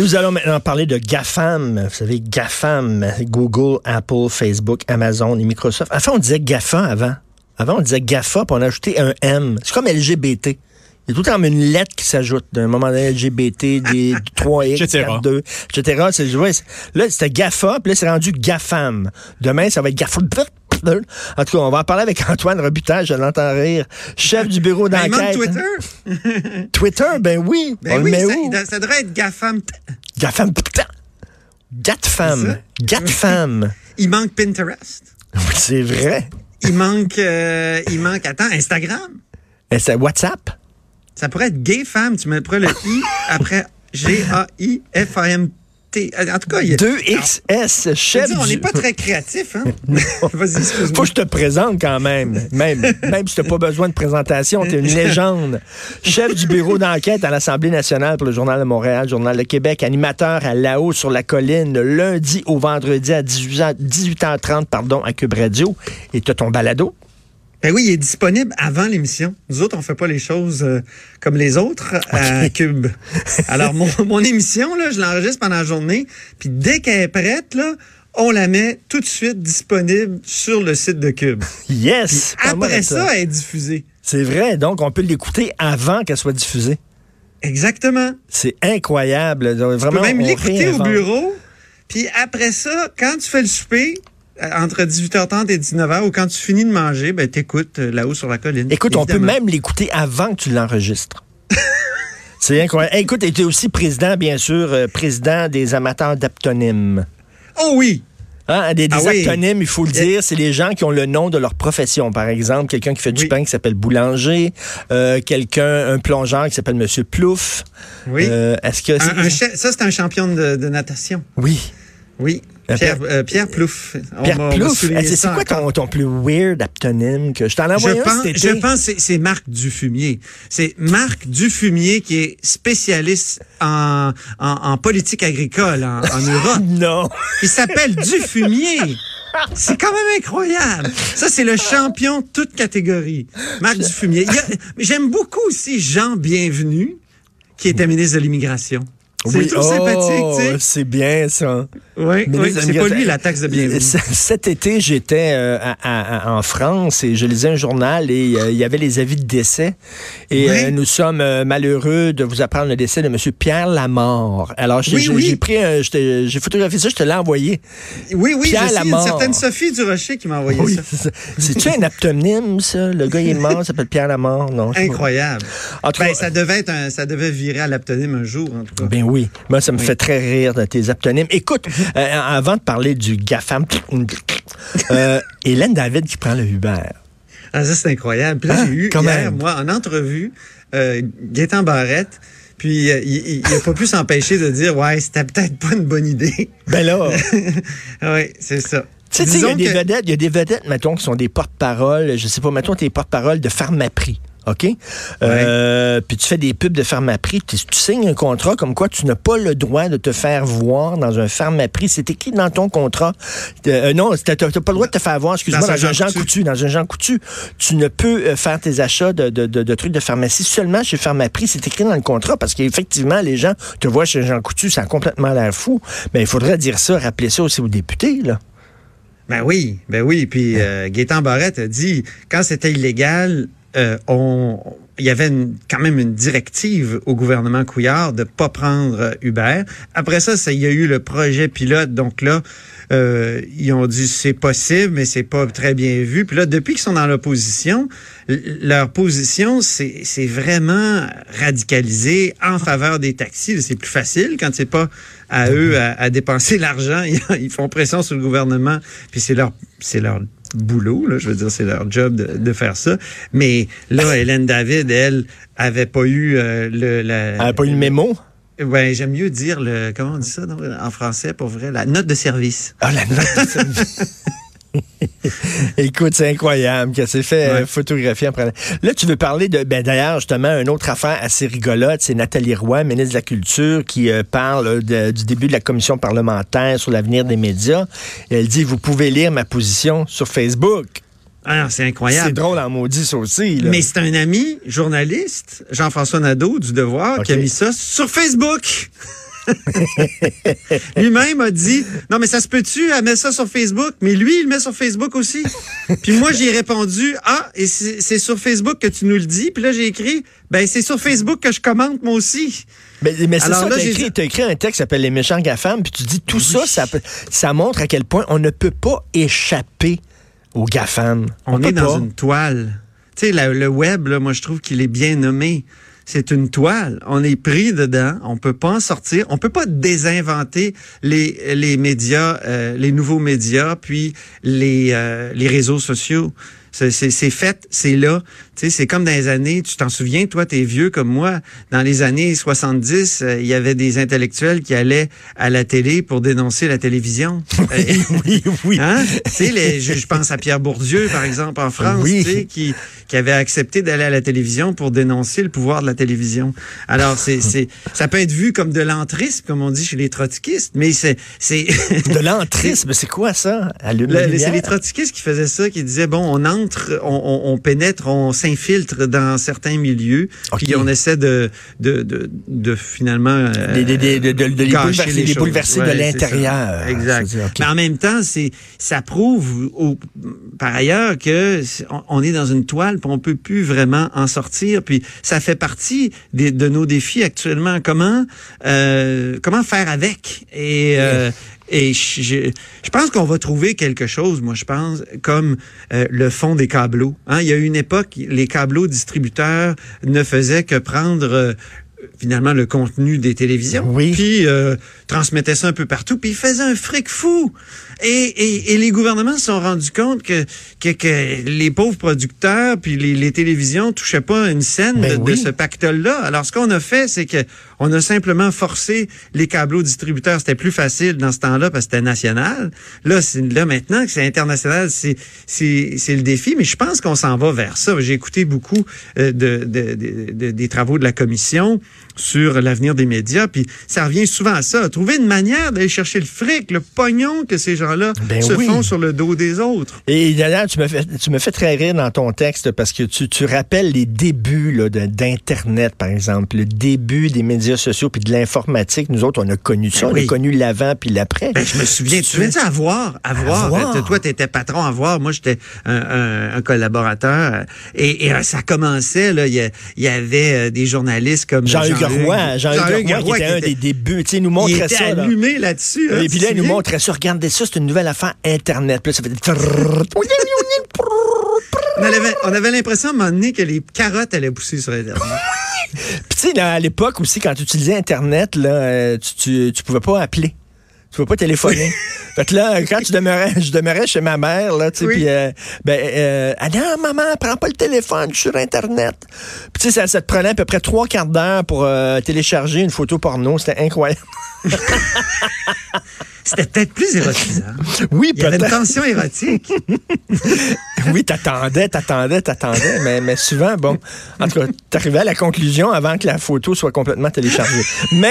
Nous allons maintenant parler de GAFAM. Vous savez, GAFAM, Google, Apple, Facebook, Amazon et Microsoft. Enfin, on disait GAFA avant. Avant, on disait GAFA, puis on a ajouté un M. C'est comme LGBT. Il y a tout le temps une lettre qui s'ajoute d'un moment donné, LGBT, des 3X, 4-2, etc. Là, c'était GAFA, puis là, c'est rendu GAFAM. Demain, ça va être GAFA. En tout cas, on va en parler avec Antoine Robitaille, je l'entends rire, chef du bureau d'enquête. Il manque Twitter. Twitter, ben oui. Ben oui, ça devrait être GAFAM. GAFAM. GATFAM. Il manque Pinterest. Oui, c'est vrai. Il manque, Instagram. Et c'est WhatsApp. Ça pourrait être GayFam. Tu mettrais le I après GAIFAMT. En tout cas, 2XS, chef on n'est pas très créatif, hein? Vas-y, excuse-moi. Faut que je te présente quand même. Même si tu n'as pas besoin de présentation, tu es une légende. Chef du bureau d'enquête à l'Assemblée nationale pour le Journal de Montréal, Journal de Québec, animateur à Là-haut sur la colline, le lundi au vendredi à 18h30 à Cube Radio. Et tu as ton balado? Ben oui, il est disponible avant l'émission. Nous autres, on fait pas les choses comme les autres à Cube. Alors, mon émission, là, je l'enregistre pendant la journée, puis dès qu'elle est prête, là, on la met tout de suite disponible sur le site de Cube. Yes! Puis après ça, elle est diffusée. C'est vrai, donc on peut l'écouter avant qu'elle soit diffusée. Exactement. C'est incroyable. Vraiment, tu peux même l'écouter au bureau, puis après ça, quand tu fais le souper, entre 18h30 et 19h, ou quand tu finis de manger, ben t'écoutes Là-haut sur la colline. Écoute, évidemment. On peut même l'écouter avant que tu l'enregistres. C'est incroyable. Écoute, tu étais aussi président, bien sûr, président des amateurs d'aptonymes. Oh oui! Hein, des aptonymes, il faut le dire, c'est les gens qui ont le nom de leur profession. Par exemple, quelqu'un qui fait du pain qui s'appelle Boulanger, un plongeur qui s'appelle Monsieur Plouf. Oui. Est-ce que ça, c'est un champion de natation. Oui. Oui. Pierre Plouf. Pierre Plouf. C'est quoi ton plus weird aptonyme que je t'en envoie Je pense que c'est Marc Dufumier. C'est Marc Dufumier qui est spécialiste en politique agricole en Europe. Non. Il s'appelle Dufumier. C'est quand même incroyable. Ça, c'est le champion toute catégorie. Marc Dufumier. J'aime beaucoup aussi Jean Bienvenu, qui était ministre de l'Immigration. C'est tout sympathique, tu sais. C'est bien, ça. Oui, c'est pas lui la taxe de bienvenue. Cet été, j'étais en France et je lisais un journal et il y avait les avis de décès. Et nous sommes malheureux de vous apprendre le décès de M. Pierre Lamarre. Alors, j'ai photographié ça, je te l'ai envoyé. Oui, Pierre je sais, une certaine Sophie Durocher qui m'a envoyé ça. C'est-tu un aptonyme, ça? Le gars, il est mort, il s'appelle Pierre Lamarre. Non, incroyable. En tout cas, ça devait virer à l'aptonyme un jour, en tout cas. Ben oui. Moi, ça me fait très rire de tes aptonymes. Écoute, avant de parler du GAFAM, Hélène David qui prend le Uber. Ah, ça, c'est incroyable. Puis là, j'ai eu hier, moi, en entrevue, Gaétan Barrette, puis il n'a pas pu s'empêcher de dire « Ouais, c'était peut-être pas une bonne idée. » Ben là... Oui, c'est ça. Tu sais, il y a des vedettes, mettons, qui sont des porte-paroles, je sais pas, mettons, t'es porte-parole de Pharmaprix. OK? Puis tu fais des pubs de Pharmaprix, tu signes un contrat comme quoi tu n'as pas le droit de te faire voir dans un Pharmaprix. C'est écrit dans ton contrat. Non, tu n'as pas le droit de te faire voir, excuse-moi, dans un Jean Coutu. Dans un Jean Coutu, tu ne peux faire tes achats de trucs de pharmacie seulement chez Pharmaprix. C'est écrit dans le contrat parce qu'effectivement, les gens te voient chez Jean Coutu, ça a complètement l'air fou. Mais il faudrait dire ça, rappeler ça aussi aux députés, là. Ben oui. Puis Gaétan Barrette a dit, quand c'était illégal, il y avait quand même une directive au gouvernement Couillard de pas prendre Uber. Après ça, il y a eu le projet pilote. Donc là, ils ont dit c'est possible, mais c'est pas très bien vu. Puis là, depuis qu'ils sont dans l'opposition, leur position, c'est vraiment radicalisé en faveur des taxis. C'est plus facile quand c'est pas à eux à dépenser l'argent. Ils font pression sur le gouvernement. Puis c'est leur boulot, là, je veux dire, c'est leur job de faire ça. Mais là, Hélène David, elle, avait pas eu elle avait pas eu le mémo? Ben, j'aime mieux dire comment on dit ça en français, pour vrai, la note de service. Ah, la note de service. Écoute, c'est incroyable qu'elle s'est fait photographier après. Là, tu veux parler d'ailleurs, justement, une autre affaire assez rigolote, c'est Nathalie Roy, ministre de la Culture, qui parle du début de la commission parlementaire sur l'avenir des médias. Et elle dit, vous pouvez lire ma position sur Facebook. Ah, c'est incroyable. C'est drôle en maudit, ça aussi. Là. Mais c'est un ami journaliste, Jean-François Nadeau, du Devoir, qui a mis ça sur Facebook. Lui-même a dit, non, mais ça se peut-tu, elle met ça sur Facebook? Mais lui, il le met sur Facebook aussi. Puis moi, j'ai répondu, et c'est sur Facebook que tu nous le dis. Puis là, j'ai écrit, c'est sur Facebook que je commente moi aussi. Mais c'est alors ça, t'as écrit un texte qui s'appelle Les méchants GAFAM, puis tu dis tout ça, ça montre à quel point on ne peut pas échapper aux GAFAM. On est dans une toile. Tu sais, le web, là, moi, je trouve qu'il est bien nommé. C'est une toile. On est pris dedans. On peut pas en sortir. On peut pas désinventer les médias, les nouveaux médias, puis les réseaux sociaux. C'est fait, c'est là. Tu sais, c'est comme dans les années, tu t'en souviens, toi, t'es vieux comme moi, dans les années 70, il y avait des intellectuels qui allaient à la télé pour dénoncer la télévision. Oui. Hein? Tu sais, je pense à Pierre Bourdieu, par exemple, en France, tu sais, qui avait accepté d'aller à la télévision pour dénoncer le pouvoir de la télévision. Alors, ça peut être vu comme de l'entrisme, comme on dit chez les trotskistes, mais c'est... De l'entrisme, c'est quoi ça? C'est les trotskistes qui faisaient ça, qui disaient, bon, on pénètre, on s'infiltre dans certains milieux, puis on essaie de finalement les bouleverser de l'intérieur. Exact. Mais en même temps, ça prouve par ailleurs que on est dans une toile, puis on peut plus vraiment en sortir. Puis ça fait partie de nos défis actuellement. Comment faire avec? Et je pense qu'on va trouver quelque chose, moi je pense, comme le fond des câbleaux. Il y a eu une époque, les câbleaux distributeurs ne faisaient que prendre finalement le contenu des télévisions, puis transmettaient ça un peu partout, puis ils faisaient un fric fou. Et les gouvernements se sont rendus compte que les pauvres producteurs puis les télévisions touchaient pas une scène de ce pactole-là. Alors ce qu'on a fait, c'est que on a simplement forcé les câbleaux distributeurs. C'était plus facile dans ce temps-là parce que c'était national. Là maintenant que c'est international, c'est le défi. Mais je pense qu'on s'en va vers ça. J'ai écouté beaucoup des travaux de la commission sur l'avenir des médias, puis ça revient souvent à ça. Trouver une manière d'aller chercher le fric, le pognon que ces gens-là font sur le dos des autres. Et d'ailleurs, tu me fais très rire dans ton texte parce que tu rappelles les débuts là, d'Internet, par exemple, le début des médias sociaux puis de l'informatique. Nous autres, on a connu ça. On a connu l'avant puis l'après. Je me souviens. Tu te souviens à voir. Toi, tu étais patron à voir. Moi, j'étais un collaborateur. Et ça commençait. Là, il y avait des journalistes comme Jean-Hugues Roy, qui était un des débuts. Tu sais, nous montrait ça. Il était allumé là-dessus. Et puis là, il nous montrait ça. Regardez ça, c'est une nouvelle affaire Internet. Puis là, ça fait... On avait l'impression à un moment donné que les carottes allaient pousser sur Internet. Puis tu sais, à l'époque aussi, quand tu utilisais Internet, là, tu pouvais pas appeler. Tu pouvais pas téléphoner. Fait que là, quand je demeurais chez ma mère, là, tu sais, puis non, maman, prends pas le téléphone, je suis sur Internet. Puis tu sais, ça te prenait à peu près 3/4 d'heure pour télécharger une photo porno. C'était incroyable. C'était peut-être plus érotisant. Oui, peut-être. Il y avait une tension érotique. Oui, t'attendais, mais souvent, bon, en tout cas, t'arrivais à la conclusion avant que la photo soit complètement téléchargée.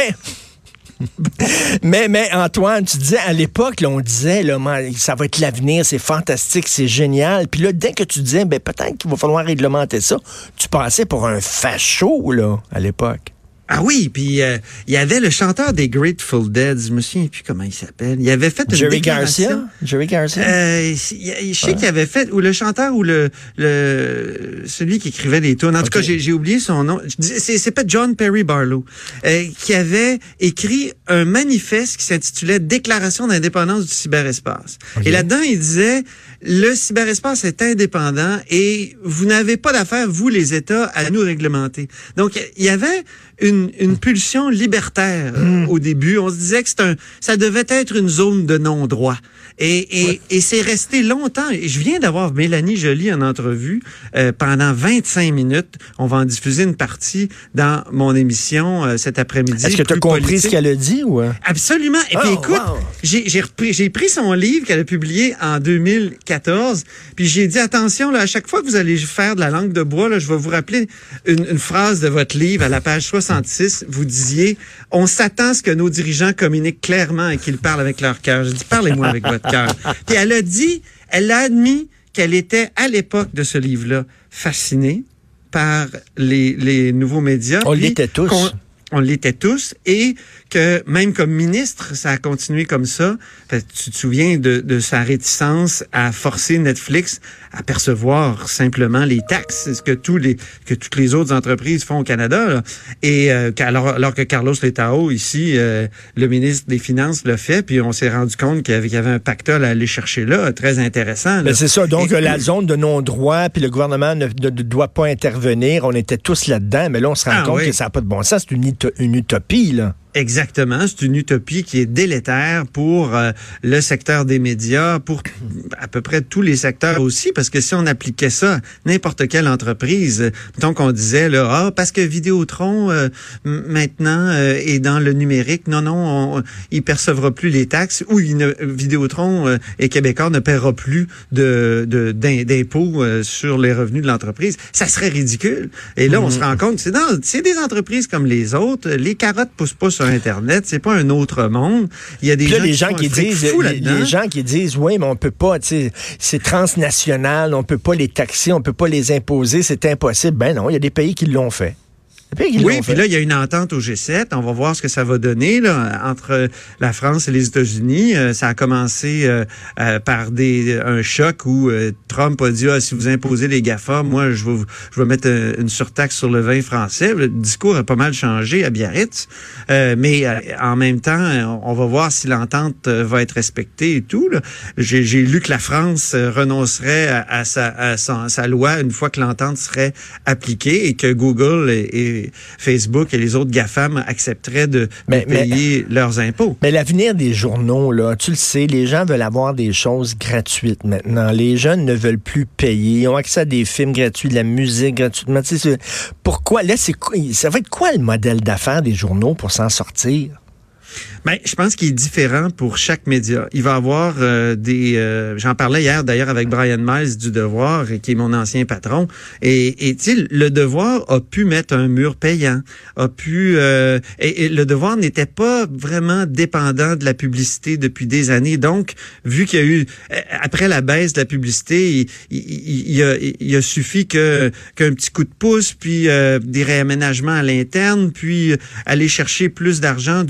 Mais Antoine, tu disais à l'époque, là, on disait là, ça va être l'avenir, c'est fantastique, c'est génial. Puis là, dès que tu disais peut-être qu'il va falloir réglementer ça, tu passais pour un facho là à l'époque. Ah oui, puis il y avait le chanteur des Grateful Dead, je me souviens plus comment il s'appelle. Il avait fait une déclaration. Jerry Garcia. Je sais qu'il avait fait, ou le chanteur ou celui qui écrivait les tunes. En tout cas, j'ai oublié son nom. C'est pas John Perry Barlow, qui avait écrit un manifeste qui s'intitulait Déclaration d'indépendance du cyberespace. Et là-dedans, il disait le cyberespace est indépendant et vous n'avez pas d'affaire, vous les États, à nous réglementer. Donc, il y avait une pulsion libertaire au début. On se disait que ça devait être une zone de non-droit. Et c'est resté longtemps. Et je viens d'avoir Mélanie Joly en entrevue pendant 25 minutes. On va en diffuser une partie dans mon émission cet après-midi. Est-ce que tu as compris ce qu'elle a dit? Ou... Absolument. Et puis écoute, j'ai pris son livre qu'elle a publié en 2014, puis j'ai dit, attention, là, à chaque fois que vous allez faire de la langue de bois, là, je vais vous rappeler une phrase de votre livre à la page 66. Vous disiez, on s'attend à ce que nos dirigeants communiquent clairement et qu'ils parlent avec leur cœur. J'ai dit, parlez-moi avec votre cœur. Puis elle a admis qu'elle était, à l'époque de ce livre-là, fascinée par les nouveaux médias. On l'était tous. On l'était tous, et que même comme ministre, ça a continué comme ça. Fait, tu te souviens de sa réticence à forcer Netflix à percevoir simplement les taxes, ce que toutes les autres entreprises font au Canada. Là. Et alors que Carlos Letao, ici, le ministre des Finances, l'a fait, puis on s'est rendu compte qu'il y avait un pactole à aller chercher là, très intéressant. Ben c'est ça. Donc, la zone de non-droit, puis le gouvernement ne doit pas intervenir. On était tous là-dedans, mais là, on se rend compte que ça n'a pas de bon sens. C'est une utopie, là. Exactement, c'est une utopie qui est délétère pour le secteur des médias, pour à peu près tous les secteurs aussi, parce que si on appliquait ça à n'importe quelle entreprise, mettons qu'on disait là, parce que Vidéotron maintenant est dans le numérique, non, il percevra plus les taxes, ou Vidéotron et Québécois ne paiera plus d'impôts sur les revenus de l'entreprise. Ça serait ridicule. Et là, on se rend compte, c'est des entreprises comme les autres, les carottes poussent pas sur Internet, c'est pas un autre monde. Il y a des gens qui disent, les gens qui disent, oui, mais on peut pas, c'est transnational, on peut pas les taxer, on peut pas les imposer, c'est impossible. Ben non, il y a des pays qui l'ont fait. Oui, puis là, il y a une entente au G7. On va voir ce que ça va donner là, entre la France et les États-Unis. Ça a commencé par un choc où Trump a dit si vous imposez les GAFA, moi, je vais mettre une surtaxe sur le vin français. Le discours a pas mal changé à Biarritz. Mais en même temps, on va voir si l'entente va être respectée et tout. Là. J'ai lu que la France renoncerait à sa loi une fois que l'entente serait appliquée et que Google et Facebook et les autres GAFAM accepteraient de payer leurs impôts. Mais l'avenir des journaux, là, tu le sais, les gens veulent avoir des choses gratuites maintenant. Les jeunes ne veulent plus payer. Ils ont accès à des films gratuits, de la musique gratuitement. Tu sais, pourquoi? Là, ça va être quoi le modèle d'affaires des journaux pour s'en sortir? Ben, je pense qu'il est différent pour chaque média. Il va y avoir j'en parlais hier d'ailleurs avec Brian Miles du Devoir, qui est mon ancien patron. Et tu sais, le Devoir a pu mettre un mur payant, et le Devoir n'était pas vraiment dépendant de la publicité depuis des années. Donc, vu qu'il y a eu après la baisse de la publicité, il a suffi qu'un petit coup de pouce, puis des réaménagements à l'interne, puis aller chercher plus d'argent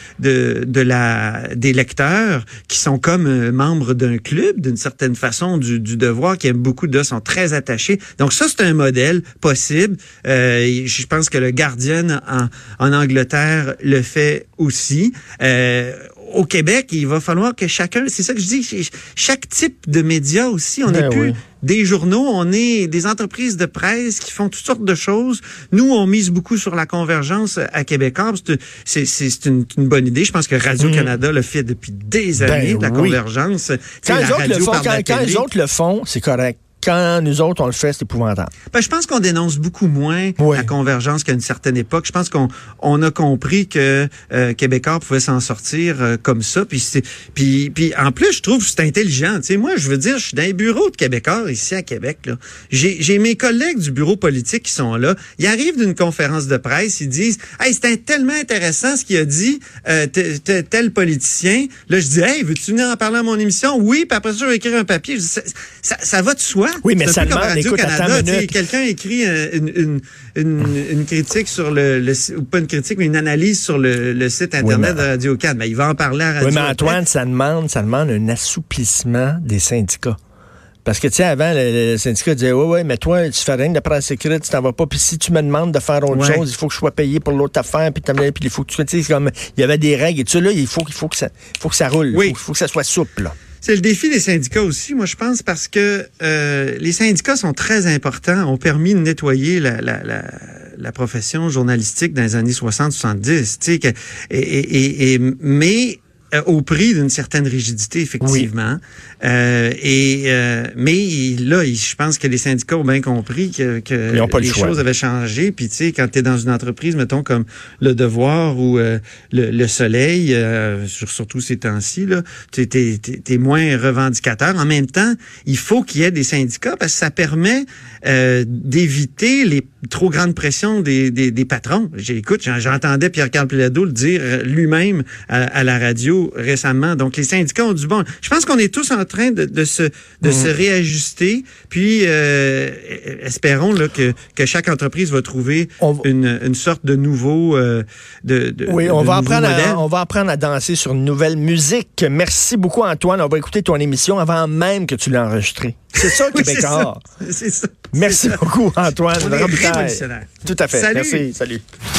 des lecteurs qui sont comme membres d'un club, d'une certaine façon, du Devoir, qui aiment beaucoup sont très attachés. Donc ça, c'est un modèle possible. Je pense que le Guardian en Angleterre le fait aussi. Au Québec, il va falloir que chacun, c'est ça que je dis, chaque type de média aussi, on n'est plus des journaux, on est des entreprises de presse qui font toutes sortes de choses. Nous, on mise beaucoup sur la convergence à Québécois. C'est une bonne idée. Je pense que Radio-Canada le fait depuis des années, la convergence. Quand les autres le font, c'est correct. Quand nous autres, on le fait, c'est épouvantable. Ben, je pense qu'on dénonce beaucoup moins la convergence qu'à une certaine époque. Je pense qu'on a compris que Québécois pouvait s'en sortir comme ça. Puis en plus, je trouve que c'est intelligent. Tu sais, moi, je veux dire, je suis dans les bureaux de Québécois ici à Québec. Là. J'ai mes collègues du bureau politique qui sont là. Ils arrivent d'une conférence de presse, ils disent « Hey, c'était tellement intéressant ce qu'il a dit tel politicien. » Là, je dis « Hey, veux-tu venir en parler à mon émission? » Oui, puis après ça, je vais écrire un papier. Je dis, ça va de soi. Oui, mais ça demande, écoute, attends une minute. Quelqu'un écrit une critique sur ou pas une critique, mais une analyse sur le site Internet de Radio-Can. Ben, il va en parler à Radio-Can. Oui, mais Antoine, ça demande un assouplissement des syndicats. Parce que, tu sais, avant, le syndicat disait, oui, mais toi, tu fais rien de presse écrite, tu t'en vas pas. Puis si tu me demandes de faire autre chose, il faut que je sois payé pour l'autre affaire. Puis il faut que tu sais, comme, il y avait des règles. Et tu sais, là, il faut que ça roule. Il faut que ça soit souple, là. C'est le défi des syndicats aussi, moi je pense, parce que les syndicats sont très importants, ont permis de nettoyer la profession journalistique dans les années 60-70, tu sais, mais au prix d'une certaine rigidité, effectivement. Mais là, je pense que les syndicats ont bien compris que les choses avaient changé. Puis tu sais, quand tu es dans une entreprise, mettons comme Le Devoir ou le Soleil, surtout ces temps-ci, là, t'es moins revendicateur. En même temps, il faut qu'il y ait des syndicats parce que ça permet d'éviter les trop grandes pressions des patrons. J'entendais Pierre-Carl Péladeau le dire lui-même à la radio tantôt récemment. Donc, les syndicats ont du bon. Je pense qu'on est tous en train de se réajuster. Puis, espérons là, que chaque entreprise va trouver une sorte de nouveau on va apprendre à danser sur une nouvelle musique. Merci beaucoup, Antoine. On va écouter ton émission avant même que tu l'aies enregistrée. C'est ça, Québécois. C'est ça. Merci beaucoup, Antoine. On est révolutionnaire. Tout à fait. Salut. Merci. Salut.